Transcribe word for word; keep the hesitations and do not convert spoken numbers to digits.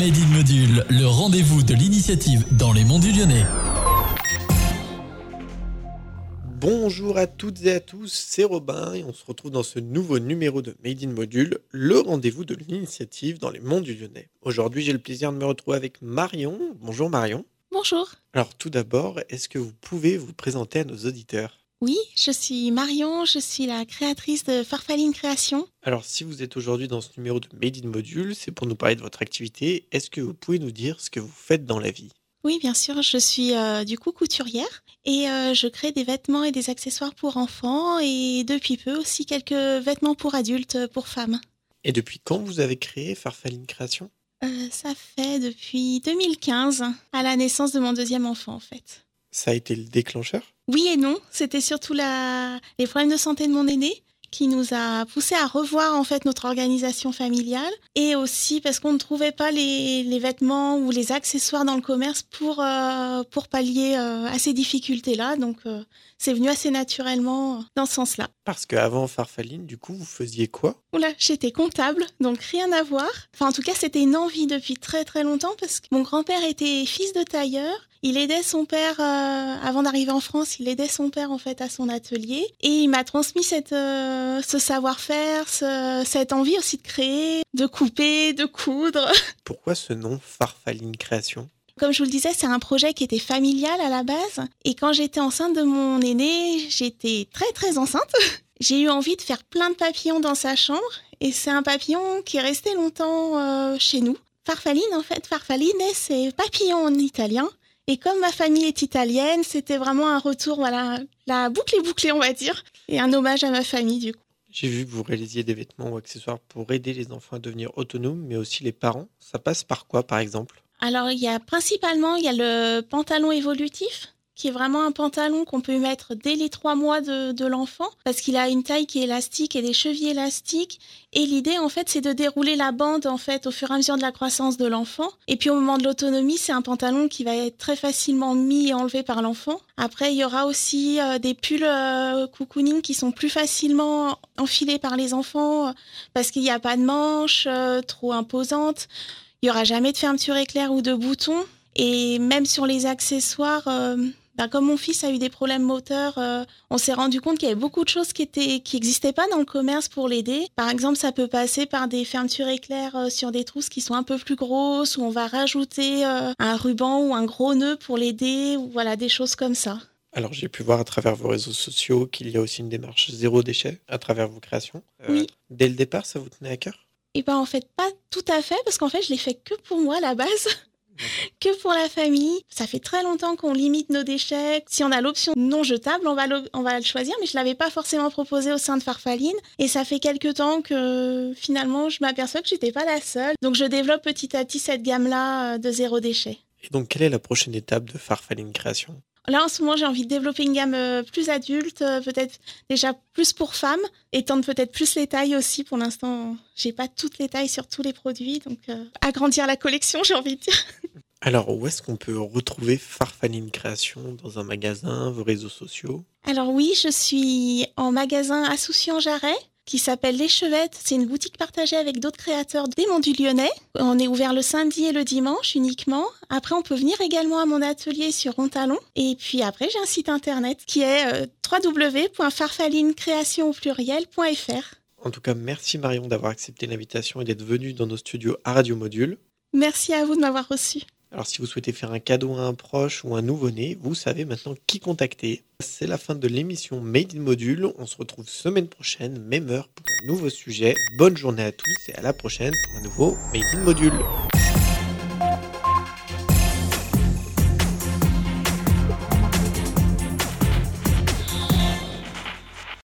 Made in Module, le rendez-vous de l'initiative dans les monts du Lyonnais. Bonjour à toutes et à tous, c'est Robin et on se retrouve dans ce nouveau numéro de Made in Module, le rendez-vous de l'initiative dans les monts du Lyonnais. Aujourd'hui, j'ai le plaisir de me retrouver avec Marion. Bonjour Marion. Bonjour. Alors tout d'abord, est-ce que vous pouvez vous présenter à nos auditeurs ? Oui, je suis Marion, je suis la créatrice de Farfaline Création. Alors si vous êtes aujourd'hui dans ce numéro de Made in Module, c'est pour nous parler de votre activité. Est-ce que vous pouvez nous dire ce que vous faites dans la vie ? Oui, bien sûr, je suis euh, du coup couturière et euh, je crée des vêtements et des accessoires pour enfants et depuis peu aussi quelques vêtements pour adultes, pour femmes. Et depuis quand vous avez créé Farfaline Création ? euh, Ça fait depuis deux mille quinze, à la naissance de mon deuxième enfant en fait. Ça a été le déclencheur ? Oui et non, c'était surtout la... les problèmes de santé de mon aîné qui nous a poussé à revoir en fait notre organisation familiale et aussi parce qu'on ne trouvait pas les, les vêtements ou les accessoires dans le commerce pour, euh, pour pallier euh, à ces difficultés-là. Donc euh, c'est venu assez naturellement dans ce sens-là. Parce qu'avant Farfaline, du coup, vous faisiez quoi ? Oula, j'étais comptable, donc rien à voir. Enfin, en tout cas, c'était une envie depuis très très longtemps parce que mon grand-père était fils de tailleur. Il aidait son père, euh, avant d'arriver en France, il aidait son père en fait à son atelier. Et il m'a transmis cette, euh, ce savoir-faire, ce, cette envie aussi de créer, de couper, de coudre. Pourquoi ce nom Farfaline Création ? Comme je vous le disais, c'est un projet qui était familial à la base. Et quand j'étais enceinte de mon aîné, j'étais très très enceinte. J'ai eu envie de faire plein de papillons dans sa chambre. Et c'est un papillon qui est resté longtemps euh, chez nous. Farfaline, en fait, farfaline, c'est papillon en italien. Et comme ma famille est italienne, c'était vraiment un retour, voilà, la boucle est bouclée, on va dire. Et un hommage à ma famille, du coup. J'ai vu que vous réalisiez des vêtements ou accessoires pour aider les enfants à devenir autonomes, mais aussi les parents. Ça passe par quoi, par exemple ? Alors, il y a principalement, il y a le pantalon évolutif, qui est vraiment un pantalon qu'on peut mettre dès les trois mois de, de l'enfant, parce qu'il a une taille qui est élastique et des chevilles élastiques. Et l'idée, en fait, c'est de dérouler la bande, en fait, au fur et à mesure de la croissance de l'enfant. Et puis, au moment de l'autonomie, c'est un pantalon qui va être très facilement mis et enlevé par l'enfant. Après, il y aura aussi euh, des pulls euh, cocooning qui sont plus facilement enfilés par les enfants, euh, parce qu'il n'y a pas de manches euh, trop imposantes. Il n'y aura jamais de fermeture éclair ou de bouton. Et même sur les accessoires... Euh, Ben, comme mon fils a eu des problèmes moteurs, euh, on s'est rendu compte qu'il y avait beaucoup de choses qui étaient qui n'existaient pas dans le commerce pour l'aider. Par exemple, ça peut passer par des fermetures éclairs euh, sur des trousses qui sont un peu plus grosses, où on va rajouter euh, un ruban ou un gros nœud pour l'aider, ou voilà, des choses comme ça. Alors, j'ai pu voir à travers vos réseaux sociaux qu'il y a aussi une démarche zéro déchet à travers vos créations. Euh, Oui. Dès le départ, ça vous tenait à cœur ? Et ben en fait, pas tout à fait, parce qu'en fait, je l'ai fait que pour moi à la base. Que pour la famille. Ça fait très longtemps qu'on limite nos déchets. Si on a l'option non jetable, on va le, on va le choisir, mais je ne l'avais pas forcément proposé au sein de Farfaline. Et ça fait quelques temps que finalement, je m'aperçois que je n'étais pas la seule. Donc, je développe petit à petit cette gamme-là de zéro déchet. Et donc, quelle est la prochaine étape de Farfaline Création ? Là, en ce moment, j'ai envie de développer une gamme plus adulte, peut-être déjà plus pour femmes, étendre peut-être plus les tailles aussi. Pour l'instant, j'ai pas toutes les tailles sur tous les produits, donc euh, agrandir la collection, j'ai envie de dire. Alors, où est-ce qu'on peut retrouver Farfaline Création dans un magasin, vos réseaux sociaux ? Alors oui, je suis en magasin à Soucy-en-Jarret, qui s'appelle Les Chevettes. C'est une boutique partagée avec d'autres créateurs des Monts du Lyonnais. On est ouvert le samedi et le dimanche uniquement. Après, on peut venir également à mon atelier sur Rontalon. Et puis après, j'ai un site internet qui est euh, w w w point farfaline création au pluriel point f r. En tout cas, merci Marion d'avoir accepté l'invitation et d'être venue dans nos studios à Radio Module. Merci à vous de m'avoir reçu. Alors si vous souhaitez faire un cadeau à un proche ou un nouveau-né, vous savez maintenant qui contacter. C'est la fin de l'émission Made in Module. On se retrouve semaine prochaine, même heure, pour un nouveau sujet. Bonne journée à tous et à la prochaine pour un nouveau Made in Module.